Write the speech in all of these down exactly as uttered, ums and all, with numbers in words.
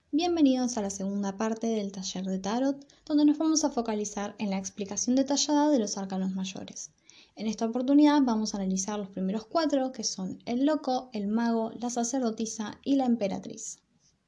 Bienvenidos a la segunda parte del taller de Tarot, donde nos vamos a focalizar en la explicación detallada de los arcanos mayores. En esta oportunidad vamos a analizar los primeros cuatro, que son el loco, el mago, la sacerdotisa y la emperatriz.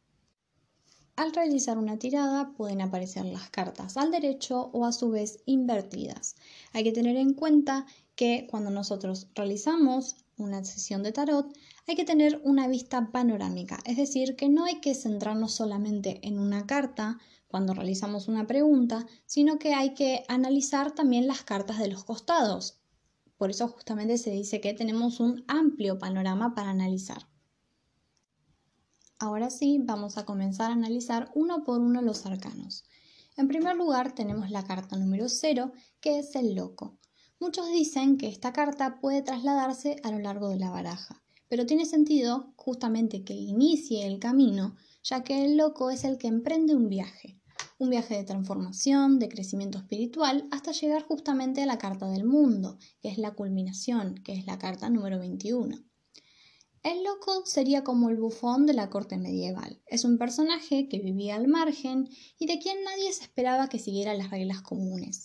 Al realizar una tirada pueden aparecer las cartas al derecho o a su vez invertidas. Hay que tener en cuenta que cuando nosotros realizamos una sesión de tarot hay que tener una vista panorámica, es decir, que no hay que centrarnos solamente en una carta cuando realizamos una pregunta, sino que hay que analizar también las cartas de los costados. Por eso justamente se dice que tenemos un amplio panorama para analizar. Ahora sí, vamos a comenzar a analizar uno por uno los arcanos. En primer lugar tenemos la carta número cero, que es el loco. Muchos dicen que esta carta puede trasladarse a lo largo de la baraja, pero tiene sentido justamente que inicie el camino, ya que el loco es el que emprende un viaje. Un viaje de transformación, de crecimiento espiritual, hasta llegar justamente a la carta del mundo, que es la culminación, que es la carta número veintiuno. El loco sería como el bufón de la corte medieval. Es un personaje que vivía al margen y de quien nadie se esperaba que siguiera las reglas comunes.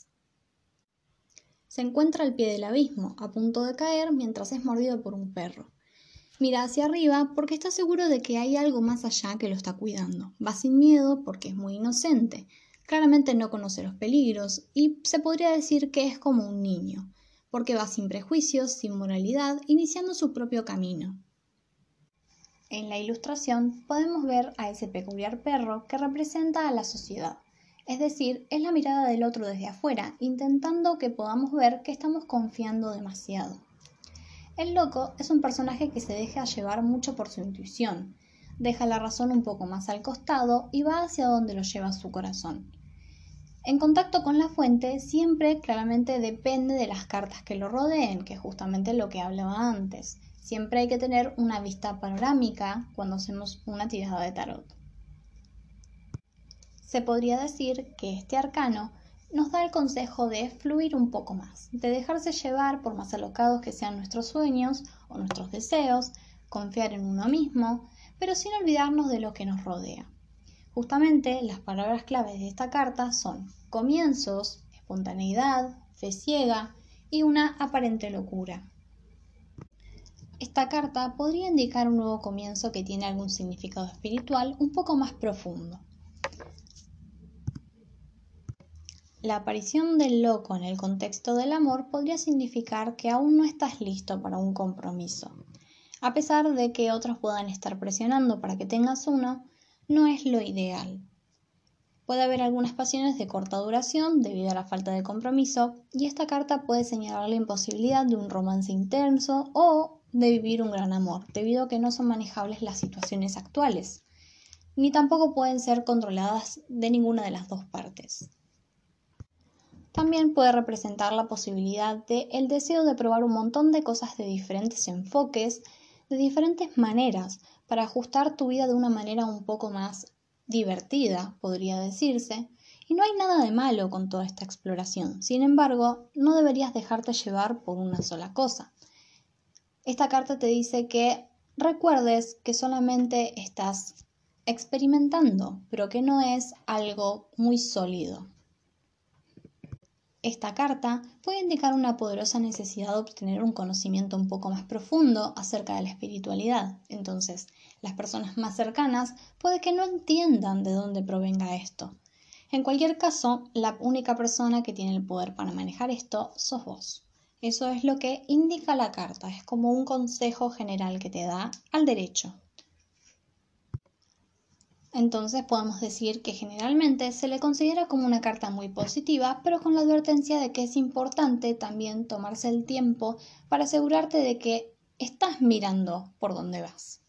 Se encuentra al pie del abismo, a punto de caer mientras es mordido por un perro. Mira hacia arriba porque está seguro de que hay algo más allá que lo está cuidando. Va sin miedo porque es muy inocente. Claramente no conoce los peligros y se podría decir que es como un niño, porque va sin prejuicios, sin moralidad, iniciando su propio camino. En la ilustración podemos ver a ese peculiar perro que representa a la sociedad, es decir, es la mirada del otro desde afuera, intentando que podamos ver que estamos confiando demasiado. El loco es un personaje que se deja llevar mucho por su intuición, deja la razón un poco más al costado y va hacia donde lo lleva su corazón. En contacto con la fuente siempre claramente depende de las cartas que lo rodeen, que es justamente lo que hablaba antes. Siempre hay que tener una vista panorámica cuando hacemos una tirada de tarot. Se podría decir que este arcano nos da el consejo de fluir un poco más, de dejarse llevar por más alocados que sean nuestros sueños o nuestros deseos, confiar en uno mismo, pero sin olvidarnos de lo que nos rodea. Justamente las palabras claves de esta carta son comienzos, espontaneidad, fe ciega y una aparente locura. Esta carta podría indicar un nuevo comienzo que tiene algún significado espiritual un poco más profundo. La aparición del loco en el contexto del amor podría significar que aún no estás listo para un compromiso. A pesar de que otros puedan estar presionando para que tengas uno, no es lo ideal. Puede haber algunas pasiones de corta duración debido a la falta de compromiso y esta carta puede señalar la imposibilidad de un romance intenso o de vivir un gran amor, debido a que no son manejables las situaciones actuales, ni tampoco pueden ser controladas de ninguna de las dos partes. También puede representar la posibilidad de el deseo de probar un montón de cosas de diferentes enfoques, de diferentes maneras, para ajustar tu vida de una manera un poco más divertida, podría decirse, y no hay nada de malo con toda esta exploración. Sin embargo, no deberías dejarte llevar por una sola cosa. Esta carta te dice que recuerdes que solamente estás experimentando, pero que no es algo muy sólido. Esta carta puede indicar una poderosa necesidad de obtener un conocimiento un poco más profundo acerca de la espiritualidad. Entonces, las personas más cercanas puede que no entiendan de dónde provenga esto. En cualquier caso, la única persona que tiene el poder para manejar esto sos vos. Eso es lo que indica la carta, es como un consejo general que te da al derecho. Entonces podemos decir que generalmente se le considera como una carta muy positiva, pero con la advertencia de que es importante también tomarse el tiempo para asegurarte de que estás mirando por dónde vas.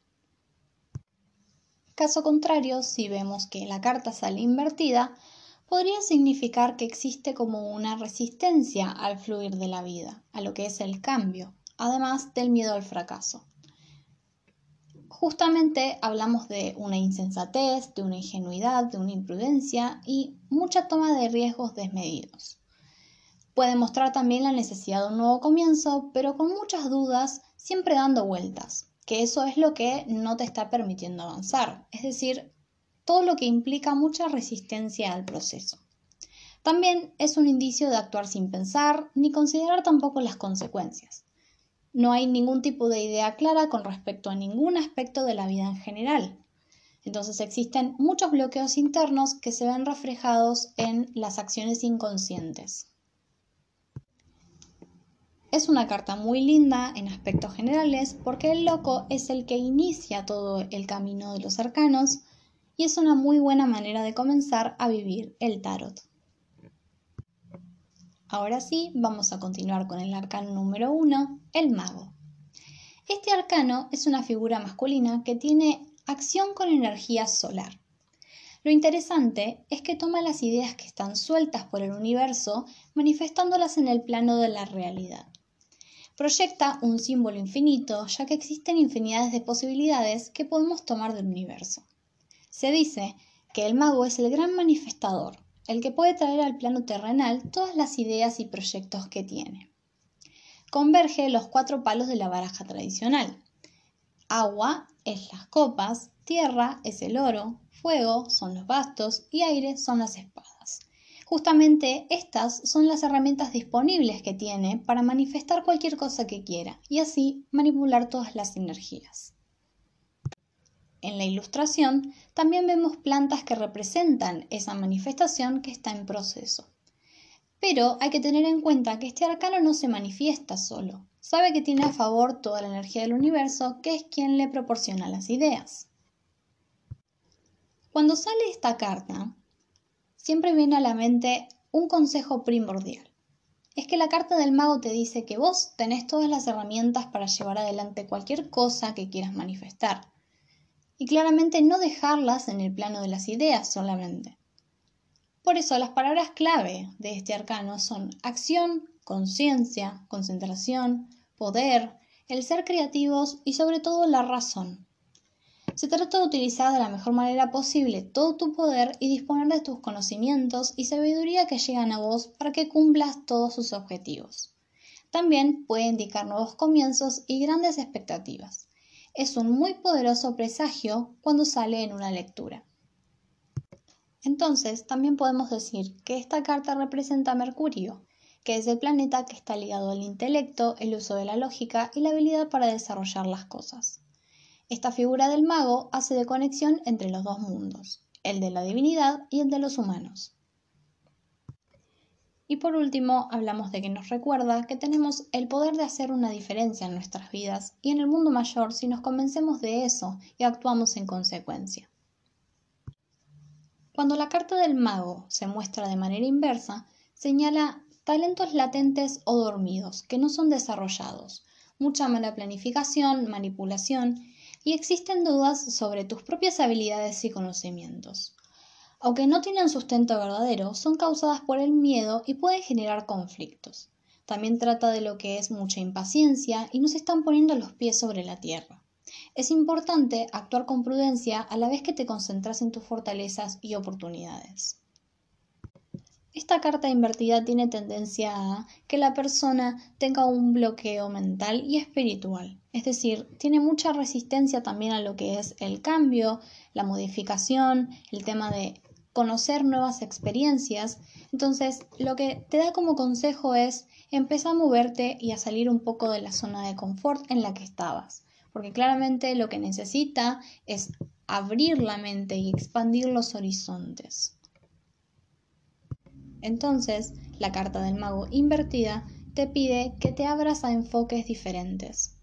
Caso contrario, si vemos que la carta sale invertida, podría significar que existe como una resistencia al fluir de la vida, a lo que es el cambio, además del miedo al fracaso. Justamente hablamos de una insensatez, de una ingenuidad, de una imprudencia y mucha toma de riesgos desmedidos. Puede mostrar también la necesidad de un nuevo comienzo, pero con muchas dudas, siempre dando vueltas, que eso es lo que no te está permitiendo avanzar. Es decir, todo lo que implica mucha resistencia al proceso. También es un indicio de actuar sin pensar ni considerar tampoco las consecuencias. No hay ningún tipo de idea clara con respecto a ningún aspecto de la vida en general. Entonces existen muchos bloqueos internos que se ven reflejados en las acciones inconscientes. Es una carta muy linda en aspectos generales porque el loco es el que inicia todo el camino de los arcanos y es una muy buena manera de comenzar a vivir el tarot. Ahora sí, vamos a continuar con el arcano número uno, el mago. Este arcano es una figura masculina que tiene acción con energía solar. Lo interesante es que toma las ideas que están sueltas por el universo, manifestándolas en el plano de la realidad. Proyecta un símbolo infinito, ya que existen infinidades de posibilidades que podemos tomar del universo. Se dice que el mago es el gran manifestador, el que puede traer al plano terrenal todas las ideas y proyectos que tiene. Converge los cuatro palos de la baraja tradicional. Agua es las copas, tierra es el oro, fuego son los bastos y aire son las espadas. Justamente estas son las herramientas disponibles que tiene para manifestar cualquier cosa que quiera y así manipular todas las energías. En la ilustración también vemos plantas que representan esa manifestación que está en proceso. Pero hay que tener en cuenta que este arcano no se manifiesta solo. Sabe que tiene a favor toda la energía del universo, que es quien le proporciona las ideas. Cuando sale esta carta, siempre viene a la mente un consejo primordial. Es que la carta del mago te dice que vos tenés todas las herramientas para llevar adelante cualquier cosa que quieras manifestar. Y claramente no dejarlas en el plano de las ideas solamente. Por eso las palabras clave de este arcano son acción, conciencia, concentración, poder, el ser creativos y sobre todo la razón. Se trata de utilizar de la mejor manera posible todo tu poder y disponer de tus conocimientos y sabiduría que llegan a vos para que cumplas todos sus objetivos. También puede indicar nuevos comienzos y grandes expectativas. Es un muy poderoso presagio cuando sale en una lectura. Entonces, también podemos decir que esta carta representa a Mercurio, que es el planeta que está ligado al intelecto, el uso de la lógica y la habilidad para desarrollar las cosas. Esta figura del mago hace de conexión entre los dos mundos, el de la divinidad y el de los humanos. Y por último, hablamos de que nos recuerda que tenemos el poder de hacer una diferencia en nuestras vidas y en el mundo mayor si nos convencemos de eso y actuamos en consecuencia. Cuando la carta del mago se muestra de manera inversa, señala talentos latentes o dormidos que no son desarrollados, mucha mala planificación, manipulación y existen dudas sobre tus propias habilidades y conocimientos. Aunque no tienen sustento verdadero, son causadas por el miedo y pueden generar conflictos. También trata de lo que es mucha impaciencia y no se están poniendo los pies sobre la tierra. Es importante actuar con prudencia a la vez que te concentras en tus fortalezas y oportunidades. Esta carta invertida tiene tendencia a que la persona tenga un bloqueo mental y espiritual, es decir, tiene mucha resistencia también a lo que es el cambio, la modificación, el tema de conocer nuevas experiencias. Entonces, lo que te da como consejo es empezar a moverte y a salir un poco de la zona de confort en la que estabas, porque claramente lo que necesita es abrir la mente y expandir los horizontes. Entonces, la carta del mago invertida te pide que te abras a enfoques diferentes.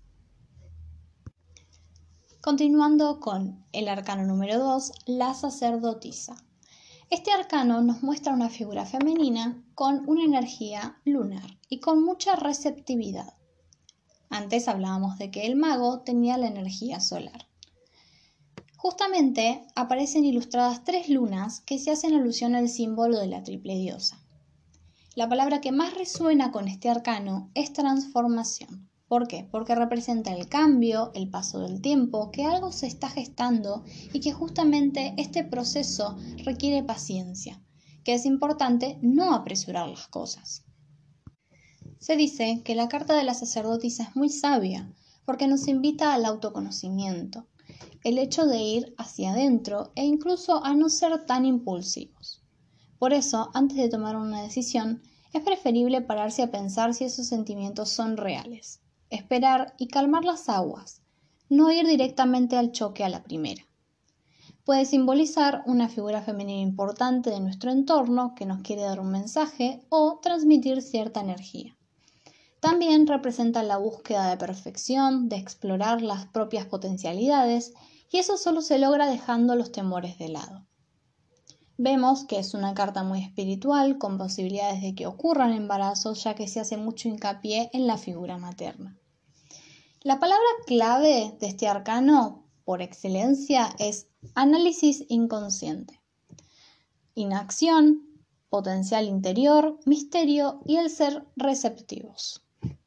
Continuando con el arcano número dos, la sacerdotisa. Este arcano nos muestra una figura femenina con una energía lunar y con mucha receptividad. Antes hablábamos de que el mago tenía la energía solar. Justamente aparecen ilustradas tres lunas que se hacen alusión al símbolo de la triple diosa. La palabra que más resuena con este arcano es transformación. ¿Por qué? Porque representa el cambio, el paso del tiempo, que algo se está gestando y que justamente este proceso requiere paciencia, que es importante no apresurar las cosas. Se dice que la carta de la sacerdotisa es muy sabia porque nos invita al autoconocimiento. el hecho de ir hacia adentro e incluso a no ser tan impulsivos. Por eso, antes de tomar una decisión, es preferible pararse a pensar si esos sentimientos son reales, esperar y calmar las aguas, no ir directamente al choque a la primera. Puede simbolizar una figura femenina importante de nuestro entorno que nos quiere dar un mensaje o transmitir cierta energía. También representa la búsqueda de perfección, de explorar las propias potencialidades, y eso solo se logra dejando los temores de lado. Vemos que es una carta muy espiritual, con posibilidades de que ocurran embarazos, ya que se hace mucho hincapié en la figura materna. La palabra clave de este arcano, por excelencia, es análisis inconsciente, inacción, potencial interior, misterio y el ser receptivos.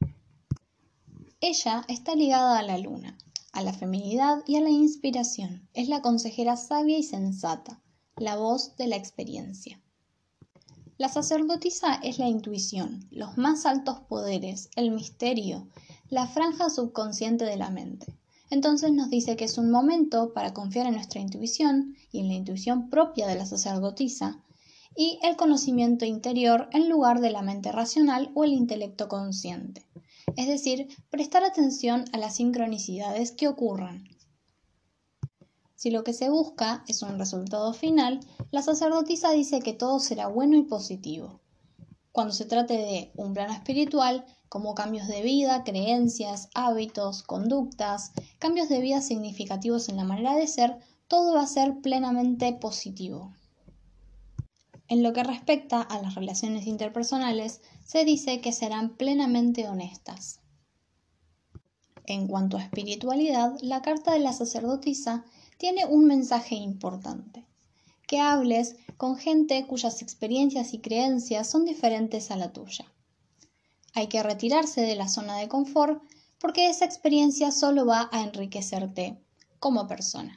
Ella está ligada a la luna, a la feminidad y a la inspiración. Es la consejera sabia y sensata, la voz de la experiencia. La sacerdotisa es la intuición, los más altos poderes, el misterio, la franja subconsciente de la mente. Entonces nos dice que es un momento para confiar en nuestra intuición y en la intuición propia de la sacerdotisa y el conocimiento interior en lugar de la mente racional o el intelecto consciente. Es decir, prestar atención a las sincronicidades que ocurran. Si lo que se busca es un resultado final, la sacerdotisa dice que todo será bueno y positivo. Cuando se trate de un plano espiritual, como cambios de vida, creencias, hábitos, conductas, cambios de vida significativos en la manera de ser, todo va a ser plenamente positivo. En lo que respecta a las relaciones interpersonales, se dice que serán plenamente honestas. En cuanto a espiritualidad, la carta de la sacerdotisa tiene un mensaje importante: que hables con gente cuyas experiencias y creencias son diferentes a la tuya. Hay que retirarse de la zona de confort porque esa experiencia solo va a enriquecerte como persona.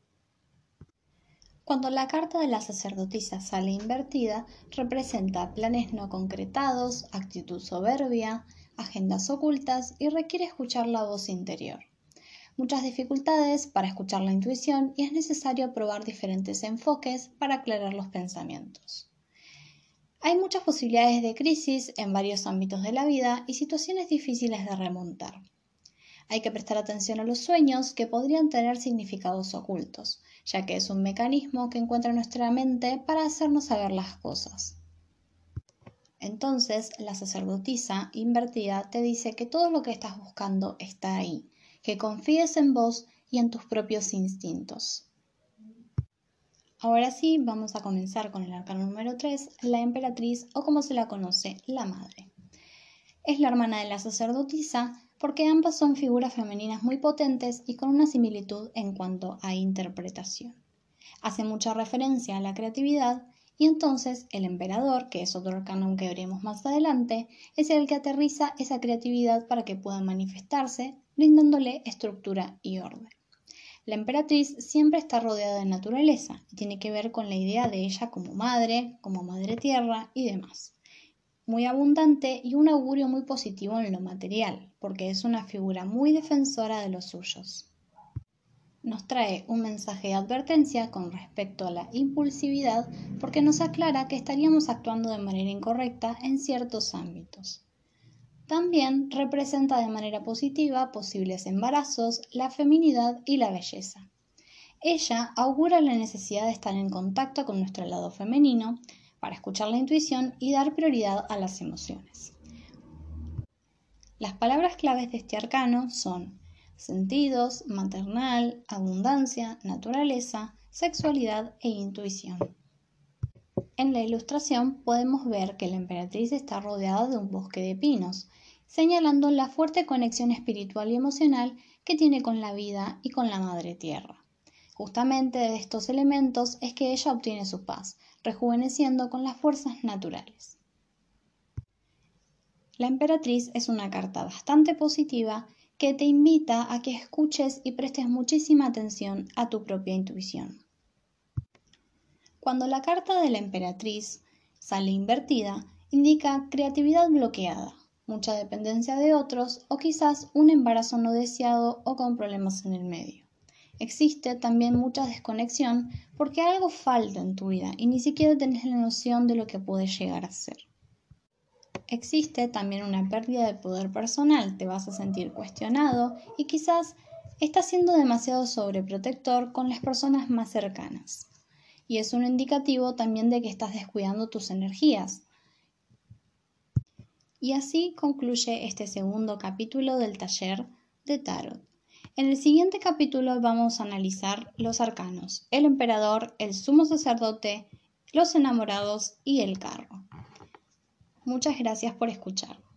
Cuando la carta de la sacerdotisa sale invertida, representa planes no concretados, actitud soberbia, agendas ocultas y requiere escuchar la voz interior. Muchas dificultades para escuchar la intuición y es necesario probar diferentes enfoques para aclarar los pensamientos. Hay muchas posibilidades de crisis en varios ámbitos de la vida y situaciones difíciles de remontar. Hay que prestar atención a los sueños que podrían tener significados ocultos, ya que es un mecanismo que encuentra nuestra mente para hacernos saber las cosas. Entonces, la sacerdotisa invertida te dice que todo lo que estás buscando está ahí, que confíes en vos y en tus propios instintos. Ahora sí, vamos a comenzar con el arcano número tres, la emperatriz, o como se la conoce, la madre. Es la hermana de la sacerdotisa porque ambas son figuras femeninas muy potentes y con una similitud en cuanto a interpretación. Hace mucha referencia a la creatividad y entonces el emperador, que es otro arcano que veremos más adelante, es el que aterriza esa creatividad para que pueda manifestarse, brindándole estructura y orden. La emperatriz siempre está rodeada de naturaleza y tiene que ver con la idea de ella como madre, como madre tierra y demás. Muy abundante y un augurio muy positivo en lo material, porque es una figura muy defensora de los suyos. Nos trae un mensaje de advertencia con respecto a la impulsividad porque nos aclara que estaríamos actuando de manera incorrecta en ciertos ámbitos. También representa de manera positiva posibles embarazos, la feminidad y la belleza. Ella augura la necesidad de estar en contacto con nuestro lado femenino para escuchar la intuición y dar prioridad a las emociones. Las palabras claves de este arcano son sentidos, maternal, abundancia, naturaleza, sexualidad e intuición. En la ilustración podemos ver que la emperatriz está rodeada de un bosque de pinos, señalando la fuerte conexión espiritual y emocional que tiene con la vida y con la madre tierra. Justamente de estos elementos es que ella obtiene su paz, rejuveneciendo con las fuerzas naturales. La emperatriz es una carta bastante positiva que te invita a que escuches y prestes muchísima atención a tu propia intuición. Cuando la carta de la emperatriz sale invertida, indica creatividad bloqueada, mucha dependencia de otros o quizás un embarazo no deseado o con problemas en el medio. Existe también mucha desconexión porque algo falta en tu vida y ni siquiera tenés la noción de lo que puede llegar a ser. Existe también una pérdida de poder personal, te vas a sentir cuestionado y quizás estás siendo demasiado sobreprotector con las personas más cercanas. Y es un indicativo también de que estás descuidando tus energías. Y así concluye este segundo capítulo del taller de Tarot. En el siguiente capítulo vamos a analizar los arcanos, el emperador, el sumo sacerdote, los enamorados y el carro. Muchas gracias por escuchar.